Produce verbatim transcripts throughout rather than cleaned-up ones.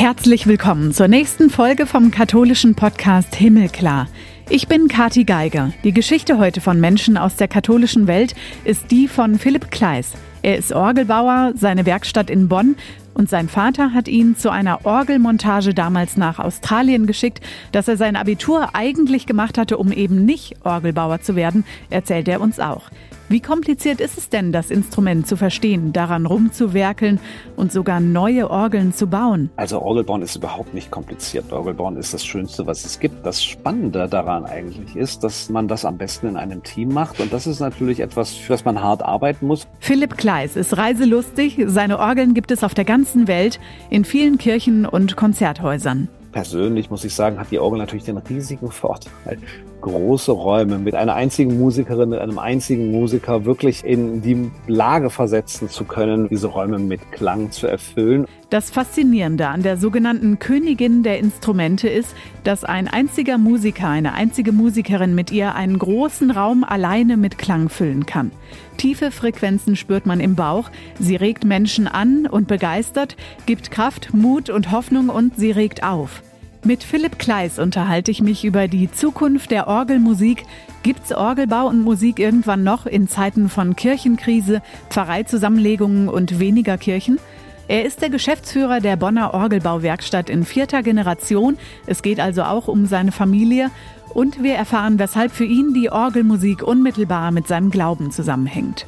Herzlich willkommen zur nächsten Folge vom katholischen Podcast Himmelklar. Ich bin Kathi Geiger. Die Geschichte heute von Menschen aus der katholischen Welt ist die von Philipp Kleis. Er ist Orgelbauer, seine Werkstatt in Bonn, und sein Vater hat ihn zu einer Orgelmontage damals nach Australien geschickt. Dass er sein Abitur eigentlich gemacht hatte, um eben nicht Orgelbauer zu werden, erzählt er uns auch. Wie kompliziert ist es denn, das Instrument zu verstehen, daran rumzuwerkeln und sogar neue Orgeln zu bauen? Also Orgelbauen ist überhaupt nicht kompliziert. Orgelbauen ist das Schönste, was es gibt. Das Spannende daran eigentlich ist, dass man das am besten in einem Team macht. Und das ist natürlich etwas, für das man hart arbeiten muss. Philipp Kleis ist reiselustig. Seine Orgeln gibt es auf der ganzen Welt, in vielen Kirchen und Konzerthäusern. Persönlich muss ich sagen, hat die Orgel natürlich den riesigen Vorteil, große Räume mit einer einzigen Musikerin, mit einem einzigen Musiker wirklich in die Lage versetzen zu können, diese Räume mit Klang zu erfüllen. Das Faszinierende an der sogenannten Königin der Instrumente ist, dass ein einziger Musiker, eine einzige Musikerin mit ihr einen großen Raum alleine mit Klang füllen kann. Tiefe Frequenzen spürt man im Bauch, sie regt Menschen an und begeistert, gibt Kraft, Mut und Hoffnung und sie regt auf. Mit Philipp Kleis unterhalte ich mich über die Zukunft der Orgelmusik. Gibt's Orgelbau und Musik irgendwann noch in Zeiten von Kirchenkrise, Pfarreizusammenlegungen und weniger Kirchen? Er ist der Geschäftsführer der Bonner Orgelbauwerkstatt in vierter Generation. Es geht also auch um seine Familie. Und wir erfahren, weshalb für ihn die Orgelmusik unmittelbar mit seinem Glauben zusammenhängt.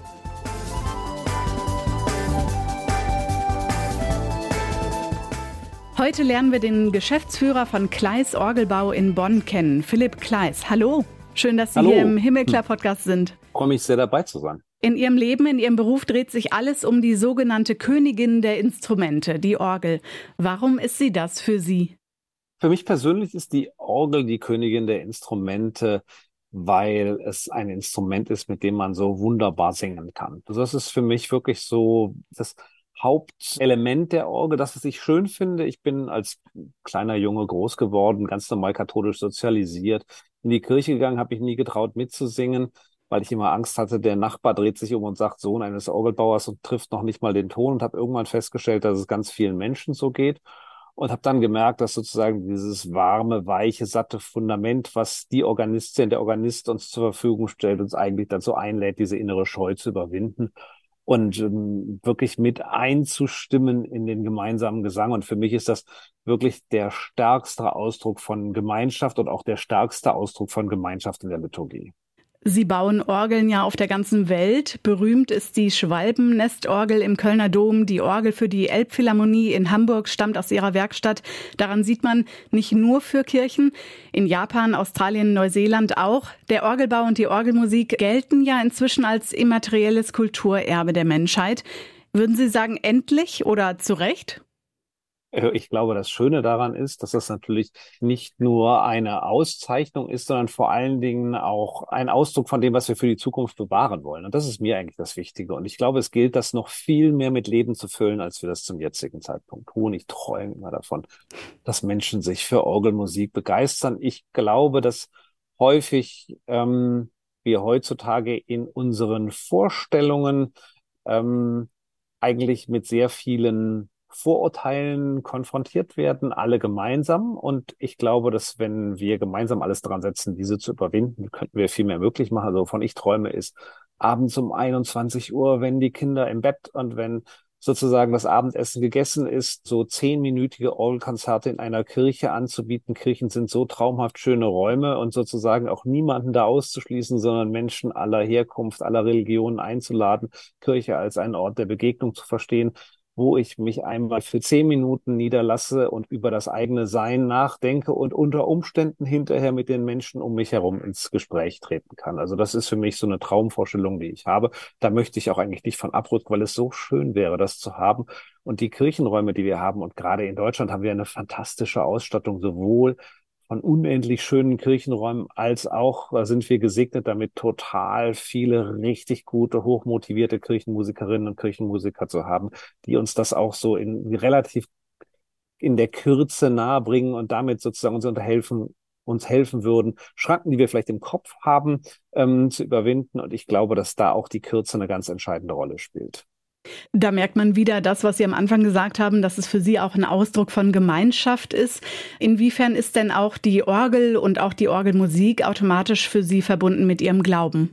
Heute lernen wir den Geschäftsführer von Kleis Orgelbau in Bonn kennen, Philipp Kleis. Hallo, schön, dass Sie Hallo. hier im Himmelklar-Podcast sind. Ich freue mich sehr, dabei zu sein. In Ihrem Leben, in Ihrem Beruf dreht sich alles um die sogenannte Königin der Instrumente, die Orgel. Warum ist sie das für Sie? Für mich persönlich ist die Orgel die Königin der Instrumente, weil es ein Instrument ist, mit dem man so wunderbar singen kann. Also das ist für mich wirklich so das Hauptelement der Orgel, das, was ich schön finde. Ich bin als kleiner Junge groß geworden, ganz normal katholisch sozialisiert. In die Kirche gegangen, habe ich nie getraut mitzusingen, weil ich immer Angst hatte, der Nachbar dreht sich um und sagt, Sohn eines Orgelbauers, und trifft noch nicht mal den Ton, und habe irgendwann festgestellt, dass es ganz vielen Menschen so geht. Und habe dann gemerkt, dass sozusagen dieses warme, weiche, satte Fundament, was die Organistin, der Organist uns zur Verfügung stellt, uns eigentlich dazu einlädt, diese innere Scheu zu überwinden und ähm, wirklich mit einzustimmen in den gemeinsamen Gesang. Und für mich ist das wirklich der stärkste Ausdruck von Gemeinschaft und auch der stärkste Ausdruck von Gemeinschaft in der Liturgie. Sie bauen Orgeln ja auf der ganzen Welt. Berühmt ist die Schwalbennestorgel im Kölner Dom. Die Orgel für die Elbphilharmonie in Hamburg stammt aus ihrer Werkstatt. Daran sieht man, nicht nur für Kirchen. In Japan, Australien, Neuseeland auch. Der Orgelbau und die Orgelmusik gelten ja inzwischen als immaterielles Kulturerbe der Menschheit. Würden Sie sagen, endlich oder zu Recht? Ich glaube, das Schöne daran ist, dass das natürlich nicht nur eine Auszeichnung ist, sondern vor allen Dingen auch ein Ausdruck von dem, was wir für die Zukunft bewahren wollen. Und das ist mir eigentlich das Wichtige. Und ich glaube, es gilt, das noch viel mehr mit Leben zu füllen, als wir das zum jetzigen Zeitpunkt tun. Ich träume immer davon, dass Menschen sich für Orgelmusik begeistern. Ich glaube, dass häufig ähm, wir heutzutage in unseren Vorstellungen ähm, eigentlich mit sehr vielen Vorurteilen konfrontiert werden, alle gemeinsam. Und ich glaube, dass wenn wir gemeinsam alles dran setzen, diese zu überwinden, könnten wir viel mehr möglich machen. Also wovon ich träume, ist abends um einundzwanzig Uhr, wenn die Kinder im Bett und wenn sozusagen das Abendessen gegessen ist, so zehnminütige Orgelkonzerte in einer Kirche anzubieten. Kirchen sind so traumhaft schöne Räume, und sozusagen auch niemanden da auszuschließen, sondern Menschen aller Herkunft, aller Religionen einzuladen, Kirche als einen Ort der Begegnung zu verstehen, wo ich mich einmal für zehn Minuten niederlasse und über das eigene Sein nachdenke und unter Umständen hinterher mit den Menschen um mich herum ins Gespräch treten kann. Also das ist für mich so eine Traumvorstellung, die ich habe. Da möchte ich auch eigentlich nicht von abrücken, weil es so schön wäre, das zu haben. Und die Kirchenräume, die wir haben, und gerade in Deutschland haben wir eine fantastische Ausstattung, sowohl von unendlich schönen Kirchenräumen, als auch äh, sind wir gesegnet damit, total viele richtig gute, hochmotivierte Kirchenmusikerinnen und Kirchenmusiker zu haben, die uns das auch so in relativ in der Kürze nahebringen und damit sozusagen uns unterhelfen, uns helfen würden, Schranken, die wir vielleicht im Kopf haben, ähm, zu überwinden. Und ich glaube, dass da auch die Kürze eine ganz entscheidende Rolle spielt. Da merkt man wieder das, was Sie am Anfang gesagt haben, dass es für Sie auch ein Ausdruck von Gemeinschaft ist. Inwiefern ist denn auch die Orgel und auch die Orgelmusik automatisch für Sie verbunden mit Ihrem Glauben?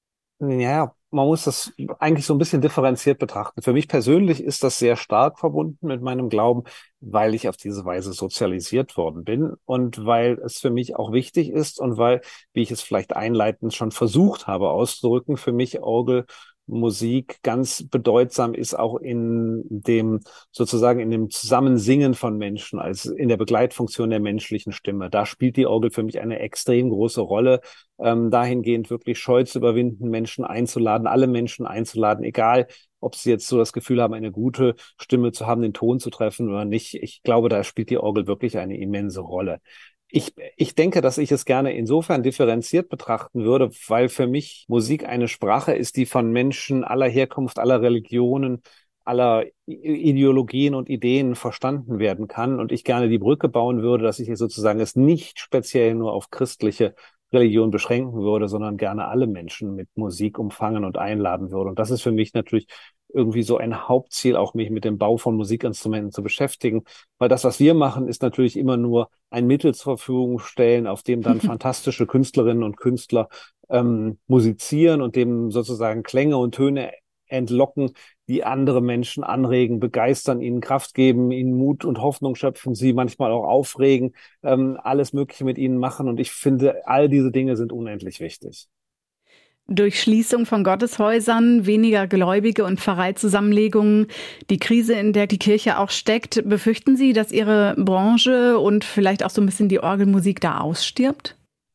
Ja, man muss das eigentlich so ein bisschen differenziert betrachten. Für mich persönlich ist das sehr stark verbunden mit meinem Glauben, weil ich auf diese Weise sozialisiert worden bin und weil es für mich auch wichtig ist und weil, wie ich es vielleicht einleitend schon versucht habe auszudrücken, für mich Orgelmusik ganz bedeutsam ist auch in dem sozusagen in dem Zusammensingen von Menschen, als in der Begleitfunktion der menschlichen Stimme. Da spielt die Orgel für mich eine extrem große Rolle, ähm, dahingehend wirklich Scheu zu überwinden, Menschen einzuladen, alle Menschen einzuladen, egal ob sie jetzt so das Gefühl haben, eine gute Stimme zu haben, den Ton zu treffen oder nicht. Ich glaube, da spielt die Orgel wirklich eine immense Rolle. Ich, ich denke, dass ich es gerne insofern differenziert betrachten würde, weil für mich Musik eine Sprache ist, die von Menschen aller Herkunft, aller Religionen, aller Ideologien und Ideen verstanden werden kann und ich gerne die Brücke bauen würde, dass ich es sozusagen es nicht speziell nur auf christliche Religion beschränken würde, sondern gerne alle Menschen mit Musik umfangen und einladen würde. Und das ist für mich natürlich irgendwie so ein Hauptziel, auch mich mit dem Bau von Musikinstrumenten zu beschäftigen, weil das, was wir machen, ist natürlich immer nur ein Mittel zur Verfügung stellen, auf dem dann fantastische Künstlerinnen und Künstler ähm, musizieren und dem sozusagen Klänge und Töne entlocken, die andere Menschen anregen, begeistern, ihnen Kraft geben, ihnen Mut und Hoffnung schöpfen, sie manchmal auch aufregen, ähm, alles Mögliche mit ihnen machen. Und ich finde, all diese Dinge sind unendlich wichtig. Durch Schließung von Gotteshäusern, weniger Gläubige und Pfarreizusammenlegungen, die Krise, in der die Kirche auch steckt, befürchten Sie, dass Ihre Branche und vielleicht auch so ein bisschen die Orgelmusik da ausstirbt?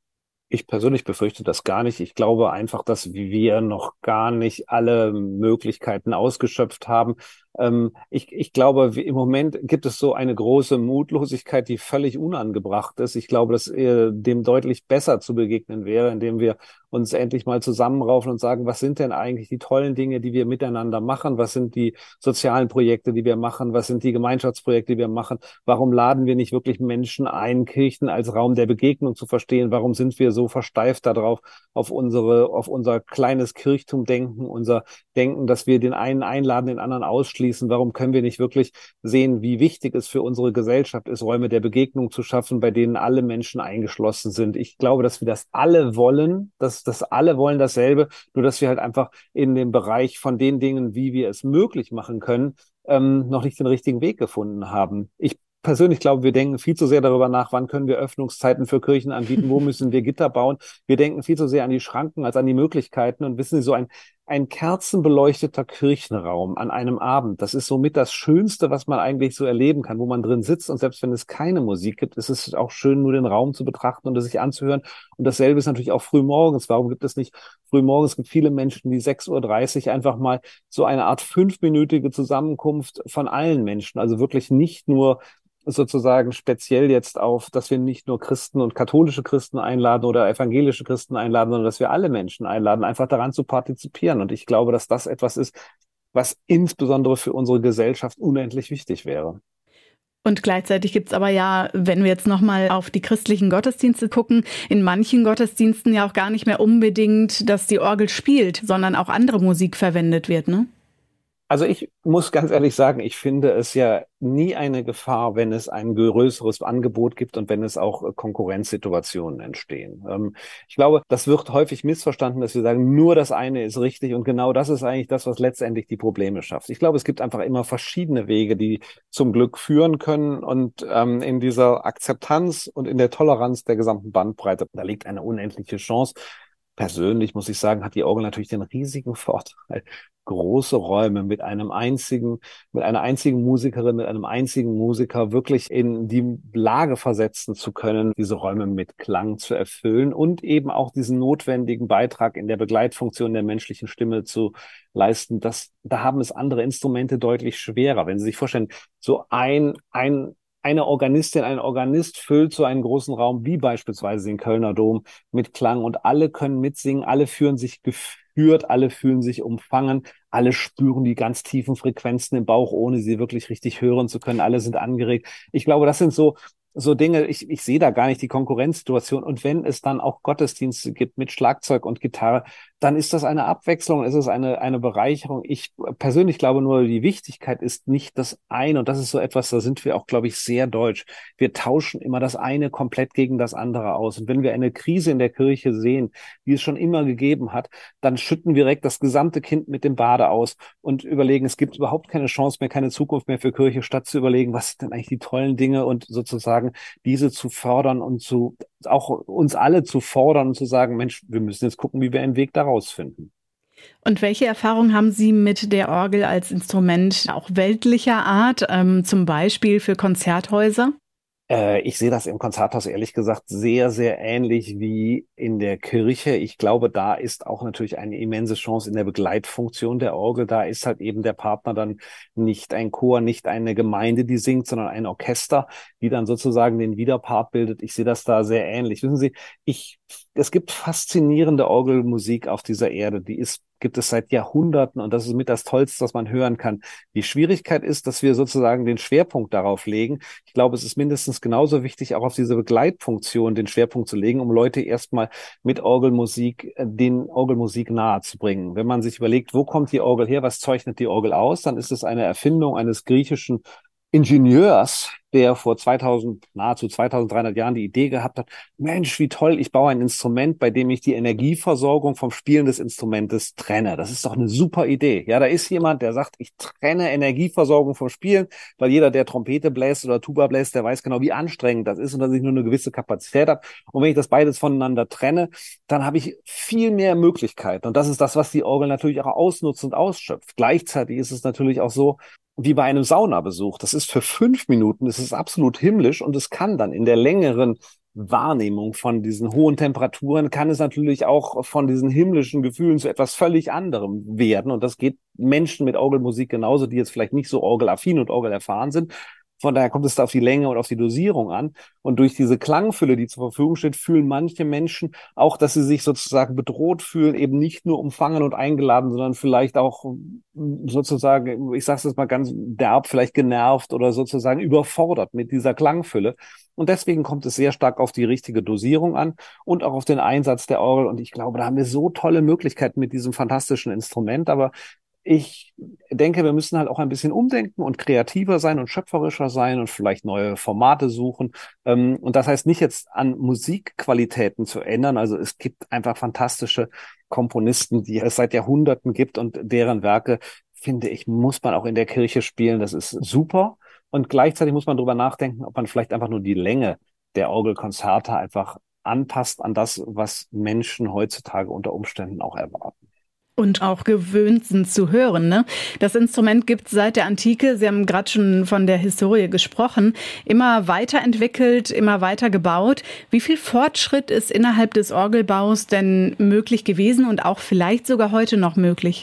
Ich persönlich befürchte das gar nicht. Ich glaube einfach, dass wir noch gar nicht alle Möglichkeiten ausgeschöpft haben. Ähm, ich, ich glaube, wie- im Moment gibt es so eine große Mutlosigkeit, die völlig unangebracht ist. Ich glaube, dass äh, dem deutlich besser zu begegnen wäre, indem wir uns endlich mal zusammenraufen und sagen, was sind denn eigentlich die tollen Dinge, die wir miteinander machen? Was sind die sozialen Projekte, die wir machen? Was sind die Gemeinschaftsprojekte, die wir machen? Warum laden wir nicht wirklich Menschen ein, Kirchen als Raum der Begegnung zu verstehen? Warum sind wir so versteift darauf, auf unsere, auf unser kleines Kirchtum-Denken, unser Denken, dass wir den einen einladen, den anderen ausschließen? Warum können wir nicht wirklich sehen, wie wichtig es für unsere Gesellschaft ist, Räume der Begegnung zu schaffen, bei denen alle Menschen eingeschlossen sind? Ich glaube, dass wir das alle wollen, dass, dass alle wollen dasselbe, nur dass wir halt einfach in dem Bereich von den Dingen, wie wir es möglich machen können, ähm, noch nicht den richtigen Weg gefunden haben. Ich persönlich glaube, wir denken viel zu sehr darüber nach, wann können wir Öffnungszeiten für Kirchen anbieten, wo müssen wir Gitter bauen. Wir denken viel zu sehr an die Schranken als an die Möglichkeiten und wissen Sie, so ein ein kerzenbeleuchteter Kirchenraum an einem Abend, das ist somit das Schönste, was man eigentlich so erleben kann, wo man drin sitzt. Und selbst wenn es keine Musik gibt, ist es auch schön, nur den Raum zu betrachten und es sich anzuhören. Und dasselbe ist natürlich auch frühmorgens. Warum gibt es nicht frühmorgens? Es gibt viele Menschen, die sechs Uhr dreißig einfach mal so eine Art fünfminütige Zusammenkunft von allen Menschen, also wirklich nicht nur sozusagen speziell jetzt auf, dass wir nicht nur Christen und katholische Christen einladen oder evangelische Christen einladen, sondern dass wir alle Menschen einladen, einfach daran zu partizipieren. Und ich glaube, dass das etwas ist, was insbesondere für unsere Gesellschaft unendlich wichtig wäre. Und gleichzeitig gibt's aber ja, wenn wir jetzt nochmal auf die christlichen Gottesdienste gucken, in manchen Gottesdiensten ja auch gar nicht mehr unbedingt, dass die Orgel spielt, sondern auch andere Musik verwendet wird, ne? Also ich muss ganz ehrlich sagen, ich finde es ja nie eine Gefahr, wenn es ein größeres Angebot gibt und wenn es auch äh, Konkurrenzsituationen entstehen. Ähm, ich glaube, das wird häufig missverstanden, dass wir sagen, nur das eine ist richtig und genau das ist eigentlich das, was letztendlich die Probleme schafft. Ich glaube, es gibt einfach immer verschiedene Wege, die zum Glück führen können und ähm, in dieser Akzeptanz und in der Toleranz der gesamten Bandbreite, da liegt eine unendliche Chance. Persönlich muss ich sagen, hat die Orgel natürlich den riesigen Vorteil, große Räume mit einem einzigen, mit einer einzigen Musikerin, mit einem einzigen Musiker wirklich in die Lage versetzen zu können, diese Räume mit Klang zu erfüllen und eben auch diesen notwendigen Beitrag in der Begleitfunktion der menschlichen Stimme zu leisten. Das, da haben es andere Instrumente deutlich schwerer. Wenn Sie sich vorstellen, so ein, ein eine Organistin, ein Organist füllt so einen großen Raum wie beispielsweise den Kölner Dom mit Klang und alle können mitsingen, alle fühlen sich geführt, alle fühlen sich umfangen, alle spüren die ganz tiefen Frequenzen im Bauch, ohne sie wirklich richtig hören zu können, alle sind angeregt. Ich glaube, das sind so so Dinge, ich, ich sehe da gar nicht die Konkurrenzsituation. Und wenn es dann auch Gottesdienste gibt mit Schlagzeug und Gitarre, dann ist das eine Abwechslung, ist es eine, eine Bereicherung. Ich persönlich glaube nur, die Wichtigkeit ist nicht das eine. Und das ist so etwas, da sind wir auch, glaube ich, sehr deutsch. Wir tauschen immer das eine komplett gegen das andere aus. Und wenn wir eine Krise in der Kirche sehen, die es schon immer gegeben hat, dann schütten wir direkt das gesamte Kind mit dem Bade aus und überlegen, es gibt überhaupt keine Chance mehr, keine Zukunft mehr für Kirche, statt zu überlegen, was sind denn eigentlich die tollen Dinge und sozusagen diese zu fördern und zu auch uns alle zu fordern und zu sagen, Mensch, wir müssen jetzt gucken, wie wir einen Weg daraus finden. Und welche Erfahrungen haben Sie mit der Orgel als Instrument auch weltlicher Art, ähm, zum Beispiel für Konzerthäuser? Äh, ich sehe das im Konzerthaus ehrlich gesagt sehr, sehr ähnlich wie in der Kirche. Ich glaube, da ist auch natürlich eine immense Chance in der Begleitfunktion der Orgel. Da ist halt eben der Partner dann nicht ein Chor, nicht eine Gemeinde, die singt, sondern ein Orchester, die dann sozusagen den Widerpart bildet. Ich sehe das da sehr ähnlich. Wissen Sie, ich, es gibt faszinierende Orgelmusik auf dieser Erde. Die ist gibt es seit Jahrhunderten und das ist mit das Tollste, was man hören kann. Die Schwierigkeit ist, dass wir sozusagen den Schwerpunkt darauf legen. Ich glaube, es ist mindestens genauso wichtig, auch auf diese Begleitfunktion den Schwerpunkt zu legen, um Leute erstmal mit Orgelmusik, äh, den Orgelmusik nahe zu bringen. Wenn man sich überlegt, wo kommt die Orgel her, was zeichnet die Orgel aus, dann ist es eine Erfindung eines griechischen Ingenieurs, der vor zweitausend, nahezu zweitausenddreihundert Jahren die Idee gehabt hat, Mensch, wie toll, ich baue ein Instrument, bei dem ich die Energieversorgung vom Spielen des Instrumentes trenne. Das ist doch eine super Idee. Ja, da ist jemand, der sagt, ich trenne Energieversorgung vom Spielen, weil jeder, der Trompete bläst oder Tuba bläst, der weiß genau, wie anstrengend das ist und dass ich nur eine gewisse Kapazität habe. Und wenn ich das beides voneinander trenne, dann habe ich viel mehr Möglichkeiten. Und das ist das, was die Orgel natürlich auch ausnutzt und ausschöpft. Gleichzeitig ist es natürlich auch so, wie bei einem Saunabesuch. Das ist für fünf Minuten, das ist absolut himmlisch und es kann dann in der längeren Wahrnehmung von diesen hohen Temperaturen, kann es natürlich auch von diesen himmlischen Gefühlen zu etwas völlig anderem werden. Und das geht Menschen mit Orgelmusik genauso, die jetzt vielleicht nicht so orgelaffin und orgelerfahren sind. Von daher kommt es da auf die Länge und auf die Dosierung an. Und durch diese Klangfülle, die zur Verfügung steht, fühlen manche Menschen auch, dass sie sich sozusagen bedroht fühlen, eben nicht nur umfangen und eingeladen, sondern vielleicht auch sozusagen, ich sage es jetzt mal ganz derb, vielleicht genervt oder sozusagen überfordert mit dieser Klangfülle. Und deswegen kommt es sehr stark auf die richtige Dosierung an und auch auf den Einsatz der Orgel. Und ich glaube, da haben wir so tolle Möglichkeiten mit diesem fantastischen Instrument. Aber ich denke, wir müssen halt auch ein bisschen umdenken und kreativer sein und schöpferischer sein und vielleicht neue Formate suchen. Und das heißt nicht jetzt an Musikqualitäten zu ändern. Also es gibt einfach fantastische Komponisten, die es seit Jahrhunderten gibt und deren Werke, finde ich, muss man auch in der Kirche spielen. Das ist super. Und gleichzeitig muss man darüber nachdenken, ob man vielleicht einfach nur die Länge der Orgelkonzerte einfach anpasst an das, was Menschen heutzutage unter Umständen auch erwarten. Und auch gewöhnt sind zu hören, ne? Das Instrument gibt es seit der Antike, Sie haben gerade schon von der Historie gesprochen, immer weiterentwickelt, immer weiter gebaut. Wie viel Fortschritt ist innerhalb des Orgelbaus denn möglich gewesen und auch vielleicht sogar heute noch möglich?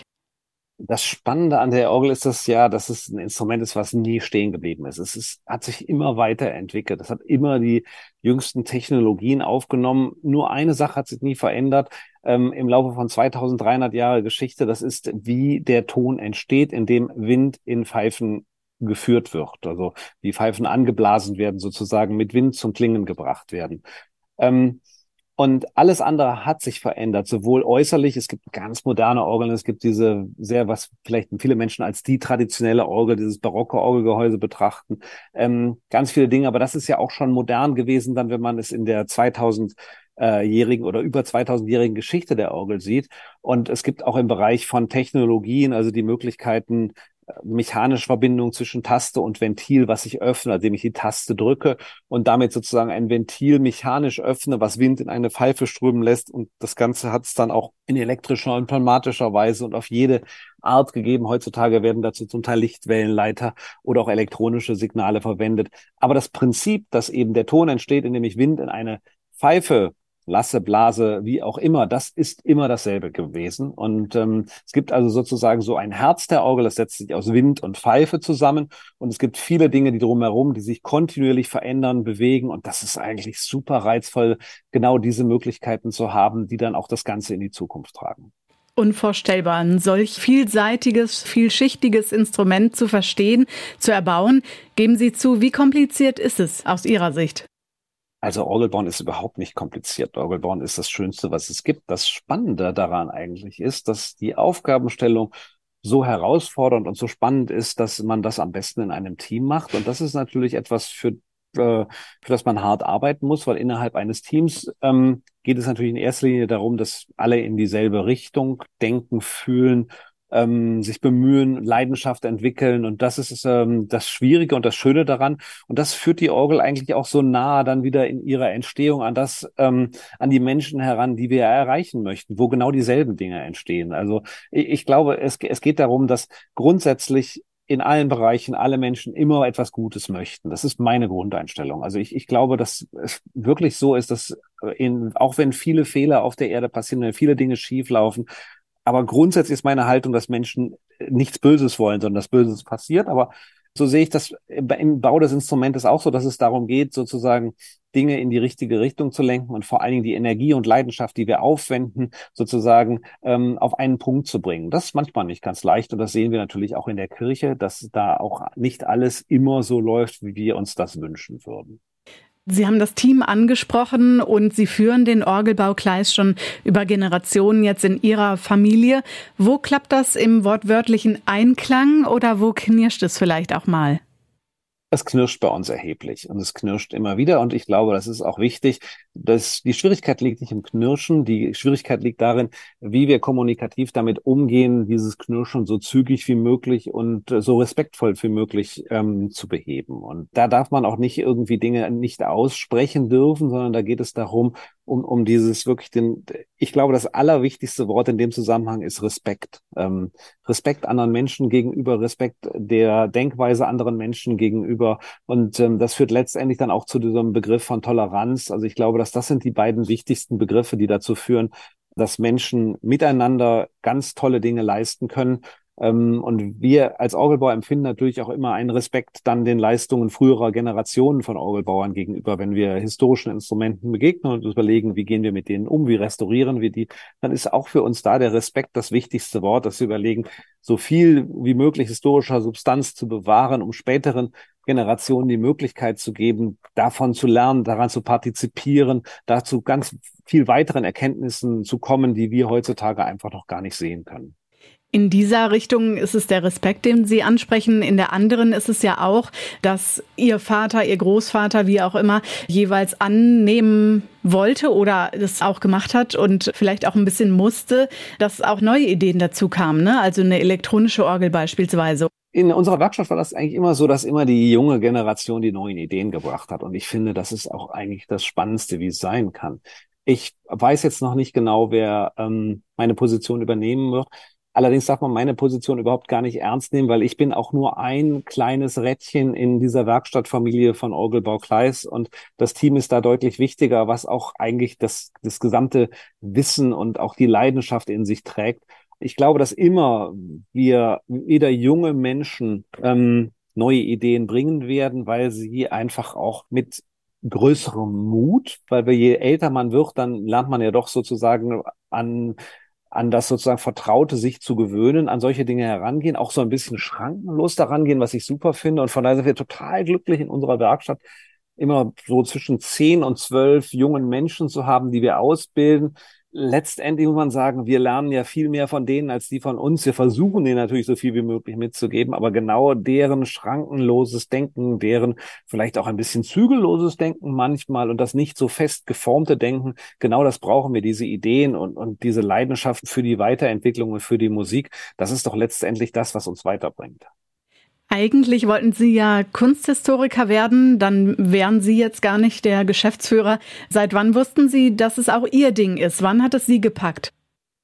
Das Spannende an der Orgel ist das ja, dass es ein Instrument ist, was nie stehen geblieben ist. Es ist, hat sich immer weiterentwickelt. Es hat immer die jüngsten Technologien aufgenommen. Nur eine Sache hat sich nie verändert ähm, im Laufe von zweitausenddreihundert Jahre Geschichte. Das ist, wie der Ton entsteht, indem Wind in Pfeifen geführt wird. Also die Pfeifen angeblasen werden, sozusagen mit Wind zum Klingen gebracht werden. Ähm, Und alles andere hat sich verändert, sowohl äußerlich, es gibt ganz moderne Orgeln, es gibt diese sehr, was vielleicht viele Menschen als die traditionelle Orgel, dieses barocke Orgelgehäuse betrachten, ähm, ganz viele Dinge, aber das ist ja auch schon modern gewesen, dann, wenn man es in der zweitausendjährigen oder über zweitausendjährigen Geschichte der Orgel sieht. Und es gibt auch im Bereich von Technologien, also die Möglichkeiten, mechanische Verbindung zwischen Taste und Ventil, was ich öffne, indem ich die Taste drücke und damit sozusagen ein Ventil mechanisch öffne, was Wind in eine Pfeife strömen lässt. Und das Ganze hat es dann auch in elektrischer und pneumatischer Weise und auf jede Art gegeben. Heutzutage werden dazu zum Teil Lichtwellenleiter oder auch elektronische Signale verwendet. Aber das Prinzip, dass eben der Ton entsteht, indem ich Wind in eine Pfeife lasse, blase, wie auch immer, das ist immer dasselbe gewesen. Und ähm, es gibt also sozusagen so ein Herz der Orgel, das setzt sich aus Wind und Pfeife zusammen. Und es gibt viele Dinge, die drumherum, die sich kontinuierlich verändern, bewegen. Und das ist eigentlich super reizvoll, genau diese Möglichkeiten zu haben, die dann auch das Ganze in die Zukunft tragen. Unvorstellbar, ein solch vielseitiges, vielschichtiges Instrument zu verstehen, zu erbauen. Geben Sie zu, wie kompliziert ist es aus Ihrer Sicht? Also Orgelbauen ist überhaupt nicht kompliziert. Orgelbauen ist das Schönste, was es gibt. Das Spannende daran eigentlich ist, dass die Aufgabenstellung so herausfordernd und so spannend ist, dass man das am besten in einem Team macht. Und das ist natürlich etwas, für, äh, für das man hart arbeiten muss, weil innerhalb eines Teams ähm, geht es natürlich in erster Linie darum, dass alle in dieselbe Richtung denken, fühlen, ähm, sich bemühen, Leidenschaft entwickeln. Und das ist ähm, das Schwierige und das Schöne daran. Und das führt die Orgel eigentlich auch so nah dann wieder in ihrer Entstehung an das, ähm, an die Menschen heran, die wir erreichen möchten, wo genau dieselben Dinge entstehen. Also ich, ich glaube, es, es geht darum, dass grundsätzlich in allen Bereichen alle Menschen immer etwas Gutes möchten. Das ist meine Grundeinstellung. Also ich, ich glaube, dass es wirklich so ist, dass in, auch wenn viele Fehler auf der Erde passieren, wenn viele Dinge schieflaufen, aber grundsätzlich ist meine Haltung, dass Menschen nichts Böses wollen, sondern dass Böses passiert. Aber so sehe ich das im Bau des Instrumentes auch so, dass es darum geht, sozusagen Dinge in die richtige Richtung zu lenken und vor allen Dingen die Energie und Leidenschaft, die wir aufwenden, sozusagen ähm, auf einen Punkt zu bringen. Das ist manchmal nicht ganz leicht und das sehen wir natürlich auch in der Kirche, dass da auch nicht alles immer so läuft, wie wir uns das wünschen würden. Sie haben das Team angesprochen und Sie führen den Orgelbau Kleist schon über Generationen jetzt in Ihrer Familie. Wo klappt das im wortwörtlichen Einklang oder wo knirscht es vielleicht auch mal? Es knirscht bei uns erheblich und es knirscht immer wieder und ich glaube, das ist auch wichtig, dass die Schwierigkeit liegt nicht im Knirschen, die Schwierigkeit liegt darin, wie wir kommunikativ damit umgehen, dieses Knirschen so zügig wie möglich und so respektvoll wie möglich ähm, zu beheben. Und da darf man auch nicht irgendwie Dinge nicht aussprechen dürfen, sondern da geht es darum, um, um dieses wirklich den, ich glaube, das allerwichtigste Wort in dem Zusammenhang ist Respekt. Ähm, Respekt anderen Menschen gegenüber, Respekt der Denkweise anderen Menschen gegenüber. Und ähm, das führt letztendlich dann auch zu diesem Begriff von Toleranz. Also ich glaube, dass das sind die beiden wichtigsten Begriffe, die dazu führen, dass Menschen miteinander ganz tolle Dinge leisten können. Ähm, und wir als Orgelbauer empfinden natürlich auch immer einen Respekt dann den Leistungen früherer Generationen von Orgelbauern gegenüber, wenn wir historischen Instrumenten begegnen und überlegen, wie gehen wir mit denen um, wie restaurieren wir die, dann ist auch für uns da der Respekt das wichtigste Wort, dass wir überlegen, so viel wie möglich historischer Substanz zu bewahren, um späteren Generationen die Möglichkeit zu geben, davon zu lernen, daran zu partizipieren, dazu ganz viel weiteren Erkenntnissen zu kommen, die wir heutzutage einfach noch gar nicht sehen können. In dieser Richtung ist es der Respekt, den Sie ansprechen. In der anderen ist es ja auch, dass Ihr Vater, Ihr Großvater, wie auch immer, jeweils annehmen wollte oder das auch gemacht hat und vielleicht auch ein bisschen musste, dass auch neue Ideen dazu kamen, ne? Also eine elektronische Orgel beispielsweise. In unserer Werkstatt war das eigentlich immer so, dass immer die junge Generation die neuen Ideen gebracht hat. Und ich finde, das ist auch eigentlich das Spannendste, wie es sein kann. Ich weiß jetzt noch nicht genau, wer ähm, meine Position übernehmen wird. Allerdings darf man meine Position überhaupt gar nicht ernst nehmen, weil ich bin auch nur ein kleines Rädchen in dieser Werkstattfamilie von Orgelbau Kleist und das Team ist da deutlich wichtiger, was auch eigentlich das, das gesamte Wissen und auch die Leidenschaft in sich trägt. Ich glaube, dass immer wir wieder junge Menschen ähm, neue Ideen bringen werden, weil sie einfach auch mit größerem Mut, weil wir, je älter man wird, dann lernt man ja doch sozusagen an an das sozusagen Vertraute sich zu gewöhnen, an solche Dinge herangehen, auch so ein bisschen schrankenlos daran gehen, was ich super finde. Und von daher sind wir total glücklich in unserer Werkstatt, immer so zwischen zehn und zwölf jungen Menschen zu haben, die wir ausbilden. Letztendlich muss man sagen, wir lernen ja viel mehr von denen als die von uns. Wir versuchen denen natürlich so viel wie möglich mitzugeben, aber genau deren schrankenloses Denken, deren vielleicht auch ein bisschen zügelloses Denken manchmal und das nicht so fest geformte Denken, genau das brauchen wir, diese Ideen und, und diese Leidenschaft für die Weiterentwicklung und für die Musik. Das ist doch letztendlich das, was uns weiterbringt. Eigentlich wollten Sie ja Kunsthistoriker werden, dann wären Sie jetzt gar nicht der Geschäftsführer. Seit wann wussten Sie, dass es auch Ihr Ding ist? Wann hat es Sie gepackt?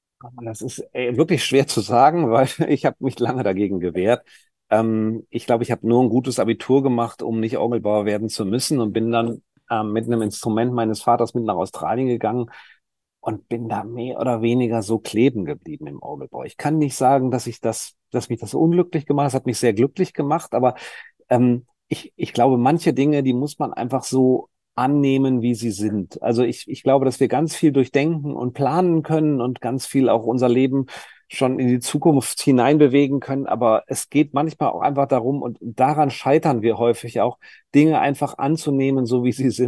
Das ist wirklich schwer zu sagen, weil ich habe mich lange dagegen gewehrt. Ähm, ich glaube, ich habe nur ein gutes Abitur gemacht, um nicht Orgelbauer werden zu müssen und bin dann ähm, mit einem Instrument meines Vaters mit nach Australien gegangen und bin da mehr oder weniger so kleben geblieben im Orgelbau. Ich kann nicht sagen, dass ich das, dass mich das unglücklich gemacht hat. Es hat mich sehr glücklich gemacht, aber ähm, ich, ich glaube, manche Dinge, die muss man einfach so annehmen, wie sie sind. Also ich, ich glaube, dass wir ganz viel durchdenken und planen können und ganz viel auch unser Leben schon in die Zukunft hineinbewegen können. Aber es geht manchmal auch einfach darum, und daran scheitern wir häufig auch, Dinge einfach anzunehmen, so wie sie sind.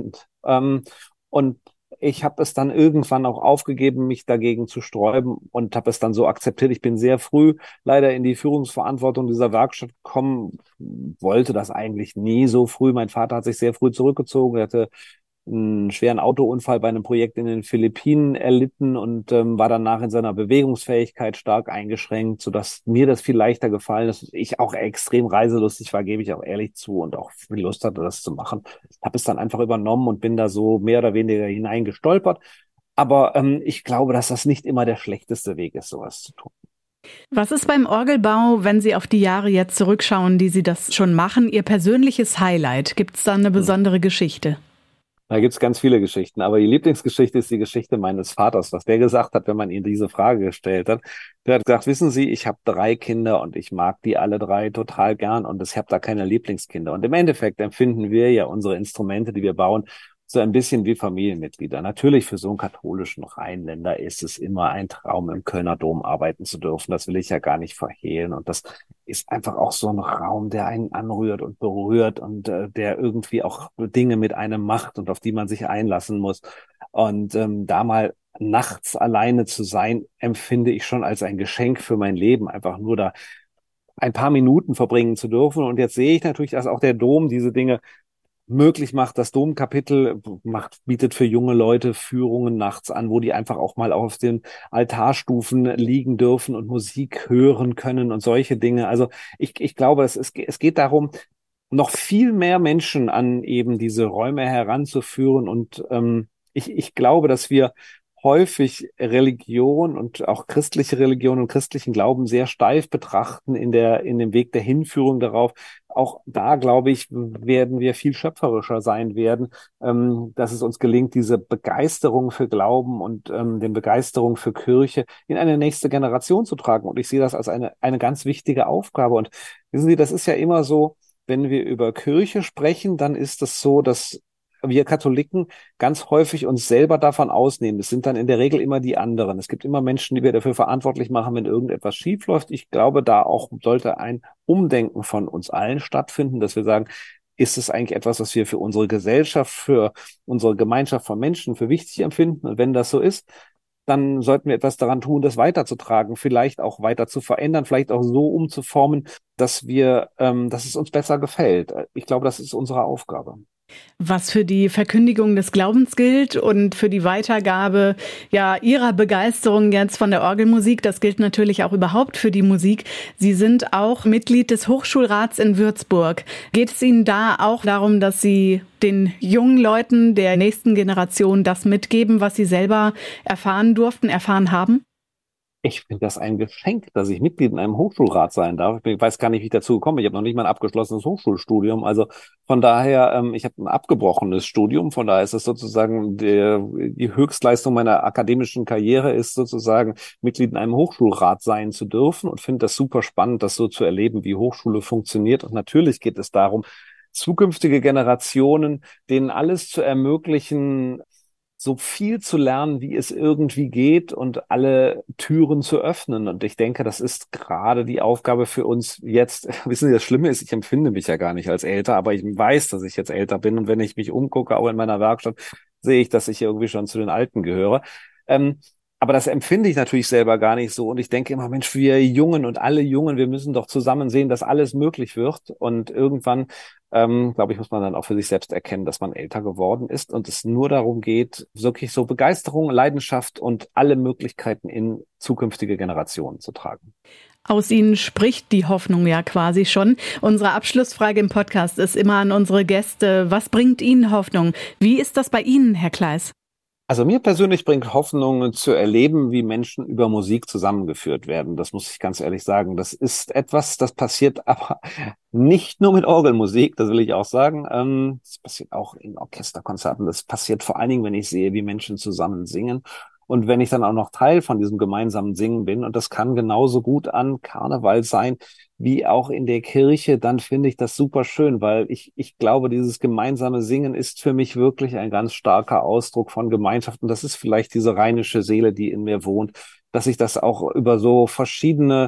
Ähm, und ich habe es dann irgendwann auch aufgegeben, mich dagegen zu sträuben und habe es dann so akzeptiert. Ich bin sehr früh leider in die Führungsverantwortung dieser Werkstatt gekommen, wollte das eigentlich nie so früh. Mein Vater hat sich sehr früh zurückgezogen. Er hatte einen schweren Autounfall bei einem Projekt in den Philippinen erlitten und ähm, war danach in seiner Bewegungsfähigkeit stark eingeschränkt, sodass mir das viel leichter gefallen ist. Ich auch extrem reiselustig war, gebe ich auch ehrlich zu, und auch viel Lust hatte, das zu machen. Habe es dann einfach übernommen und bin da so mehr oder weniger hineingestolpert. Aber ähm, ich glaube, dass das nicht immer der schlechteste Weg ist, sowas zu tun. Was ist beim Orgelbau, wenn Sie auf die Jahre jetzt zurückschauen, die Sie das schon machen, Ihr persönliches Highlight? Gibt es da eine Hm. besondere Geschichte? Da gibt's ganz viele Geschichten, aber die Lieblingsgeschichte ist die Geschichte meines Vaters, was der gesagt hat, wenn man ihm diese Frage gestellt hat. Der hat gesagt, wissen Sie, ich habe drei Kinder und ich mag die alle drei total gern und ich habe da keine Lieblingskinder. Und im Endeffekt empfinden wir ja unsere Instrumente, die wir bauen, so ein bisschen wie Familienmitglieder. Natürlich für so einen katholischen Rheinländer ist es immer ein Traum, im Kölner Dom arbeiten zu dürfen. Das will ich ja gar nicht verhehlen. Und das ist einfach auch so ein Raum, der einen anrührt und berührt und äh, der irgendwie auch Dinge mit einem macht und auf die man sich einlassen muss. Und ähm, da mal nachts alleine zu sein, empfinde ich schon als ein Geschenk für mein Leben, einfach nur da ein paar Minuten verbringen zu dürfen. Und jetzt sehe ich natürlich, dass auch der Dom diese Dinge möglich macht. Das Domkapitel macht, bietet für junge Leute Führungen nachts an, wo die einfach auch mal auf den Altarstufen liegen dürfen und Musik hören können und solche Dinge. Also ich, ich glaube, es, es, es geht darum, noch viel mehr Menschen an eben diese Räume heranzuführen. Und ähm, ich, ich glaube, dass wir häufig Religion und auch christliche Religion und christlichen Glauben sehr steif betrachten in der, in dem Weg der Hinführung darauf. Auch da, glaube ich, werden wir viel schöpferischer sein werden, ähm, dass es uns gelingt, diese Begeisterung für Glauben und ähm, den Begeisterung für Kirche in eine nächste Generation zu tragen. Und ich sehe das als eine, eine ganz wichtige Aufgabe. Und wissen Sie, das ist ja immer so, wenn wir über Kirche sprechen, dann ist es so, dass wir Katholiken ganz häufig uns selber davon ausnehmen. Es sind dann in der Regel immer die anderen. Es gibt immer Menschen, die wir dafür verantwortlich machen, wenn irgendetwas schiefläuft. Ich glaube, da auch sollte ein Umdenken von uns allen stattfinden, dass wir sagen, ist es eigentlich etwas, was wir für unsere Gesellschaft, für unsere Gemeinschaft von Menschen für wichtig empfinden? Und wenn das so ist, dann sollten wir etwas daran tun, das weiterzutragen, vielleicht auch weiter zu verändern, vielleicht auch so umzuformen, dass wir, ähm, dass es uns besser gefällt. Ich glaube, das ist unsere Aufgabe. Was für die Verkündigung des Glaubens gilt und für die Weitergabe ja Ihrer Begeisterung jetzt von der Orgelmusik, das gilt natürlich auch überhaupt für die Musik. Sie sind auch Mitglied des Hochschulrats in Würzburg. Geht es Ihnen da auch darum, dass Sie den jungen Leuten der nächsten Generation das mitgeben, was Sie selber erfahren durften, erfahren haben? Ich finde das ein Geschenk, dass ich Mitglied in einem Hochschulrat sein darf. Ich weiß gar nicht, wie ich dazu gekommen bin. Ich habe noch nicht mal ein abgeschlossenes Hochschulstudium. Also von daher, ähm, ich habe ein abgebrochenes Studium. Von daher ist es sozusagen der, die Höchstleistung meiner akademischen Karriere ist sozusagen Mitglied in einem Hochschulrat sein zu dürfen, und finde das super spannend, das so zu erleben, wie Hochschule funktioniert. Und natürlich geht es darum, zukünftige Generationen, denen alles zu ermöglichen, so viel zu lernen, wie es irgendwie geht, und alle Türen zu öffnen. Und ich denke, das ist gerade die Aufgabe für uns jetzt. Wissen Sie, das Schlimme ist, ich empfinde mich ja gar nicht als älter, aber ich weiß, dass ich jetzt älter bin. Und wenn ich mich umgucke, auch in meiner Werkstatt, sehe ich, dass ich irgendwie schon zu den Alten gehöre. Ähm, aber das empfinde ich natürlich selber gar nicht so. Und ich denke immer, Mensch, wir Jungen und alle Jungen, wir müssen doch zusammen sehen, dass alles möglich wird. Und irgendwann, ähm, glaube ich, muss man dann auch für sich selbst erkennen, dass man älter geworden ist und es nur darum geht, wirklich so Begeisterung, Leidenschaft und alle Möglichkeiten in zukünftige Generationen zu tragen. Aus Ihnen spricht die Hoffnung ja quasi schon. Unsere Abschlussfrage im Podcast ist immer an unsere Gäste: Was bringt Ihnen Hoffnung? Wie ist das bei Ihnen, Herr Kleiss? Also mir persönlich bringt Hoffnung zu erleben, wie Menschen über Musik zusammengeführt werden. Das muss ich ganz ehrlich sagen. Das ist etwas, das passiert aber nicht nur mit Orgelmusik, das will ich auch sagen. Ähm, das passiert auch in Orchesterkonzerten. Das passiert vor allen Dingen, wenn ich sehe, wie Menschen zusammen singen. Und wenn ich dann auch noch Teil von diesem gemeinsamen Singen bin, und das kann genauso gut an Karneval sein, wie auch in der Kirche, dann finde ich das super schön, weil ich, ich glaube, dieses gemeinsame Singen ist für mich wirklich ein ganz starker Ausdruck von Gemeinschaft. Und das ist vielleicht diese rheinische Seele, die in mir wohnt, dass ich das auch über so verschiedene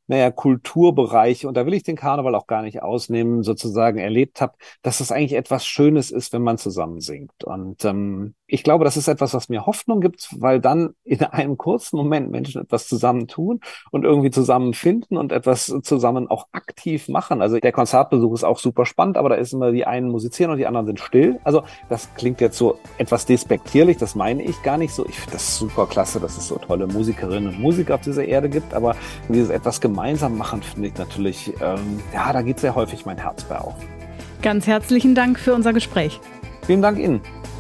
naja, Kulturbereiche, und da will ich den Karneval auch gar nicht ausnehmen, sozusagen erlebt habe, dass das eigentlich etwas Schönes ist, wenn man zusammen singt. Und ähm, ich glaube, das ist etwas, was mir Hoffnung gibt, weil dann in einem kurzen Moment Menschen etwas zusammen tun und irgendwie zusammen finden und etwas zusammen auch aktiv machen. Also der Konzertbesuch ist auch super spannend, aber da ist immer die einen musizieren und die anderen sind still. Also das klingt jetzt so etwas despektierlich, das meine ich gar nicht so. Ich finde das super klasse, dass es so tolle Musikerinnen und Musiker auf dieser Erde gibt, aber dieses etwas gemeinsam machen finde ich natürlich, ähm, ja, da geht sehr häufig mein Herz bei auf. Ganz herzlichen Dank für unser Gespräch. Vielen Dank Ihnen.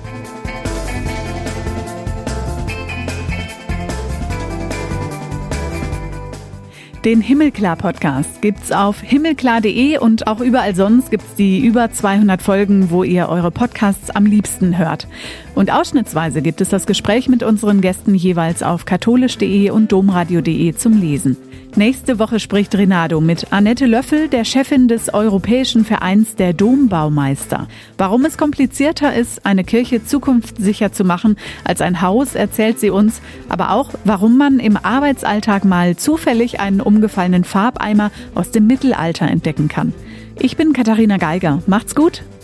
Den Himmelklar-Podcast gibt's auf himmelklar punkt de und auch überall sonst gibt's die über zweihundert Folgen, wo ihr eure Podcasts am liebsten hört. Und ausschnittsweise gibt es das Gespräch mit unseren Gästen jeweils auf katholisch punkt de und domradio punkt de zum Lesen. Nächste Woche spricht Renato mit Annette Löffel, der Chefin des Europäischen Vereins der Dombaumeister. Warum es komplizierter ist, eine Kirche zukunftssicher zu machen als ein Haus, erzählt sie uns. Aber auch, warum man im Arbeitsalltag mal zufällig einen umgefallenen Farbeimer aus dem Mittelalter entdecken kann. Ich bin Katharina Geiger. Macht's gut!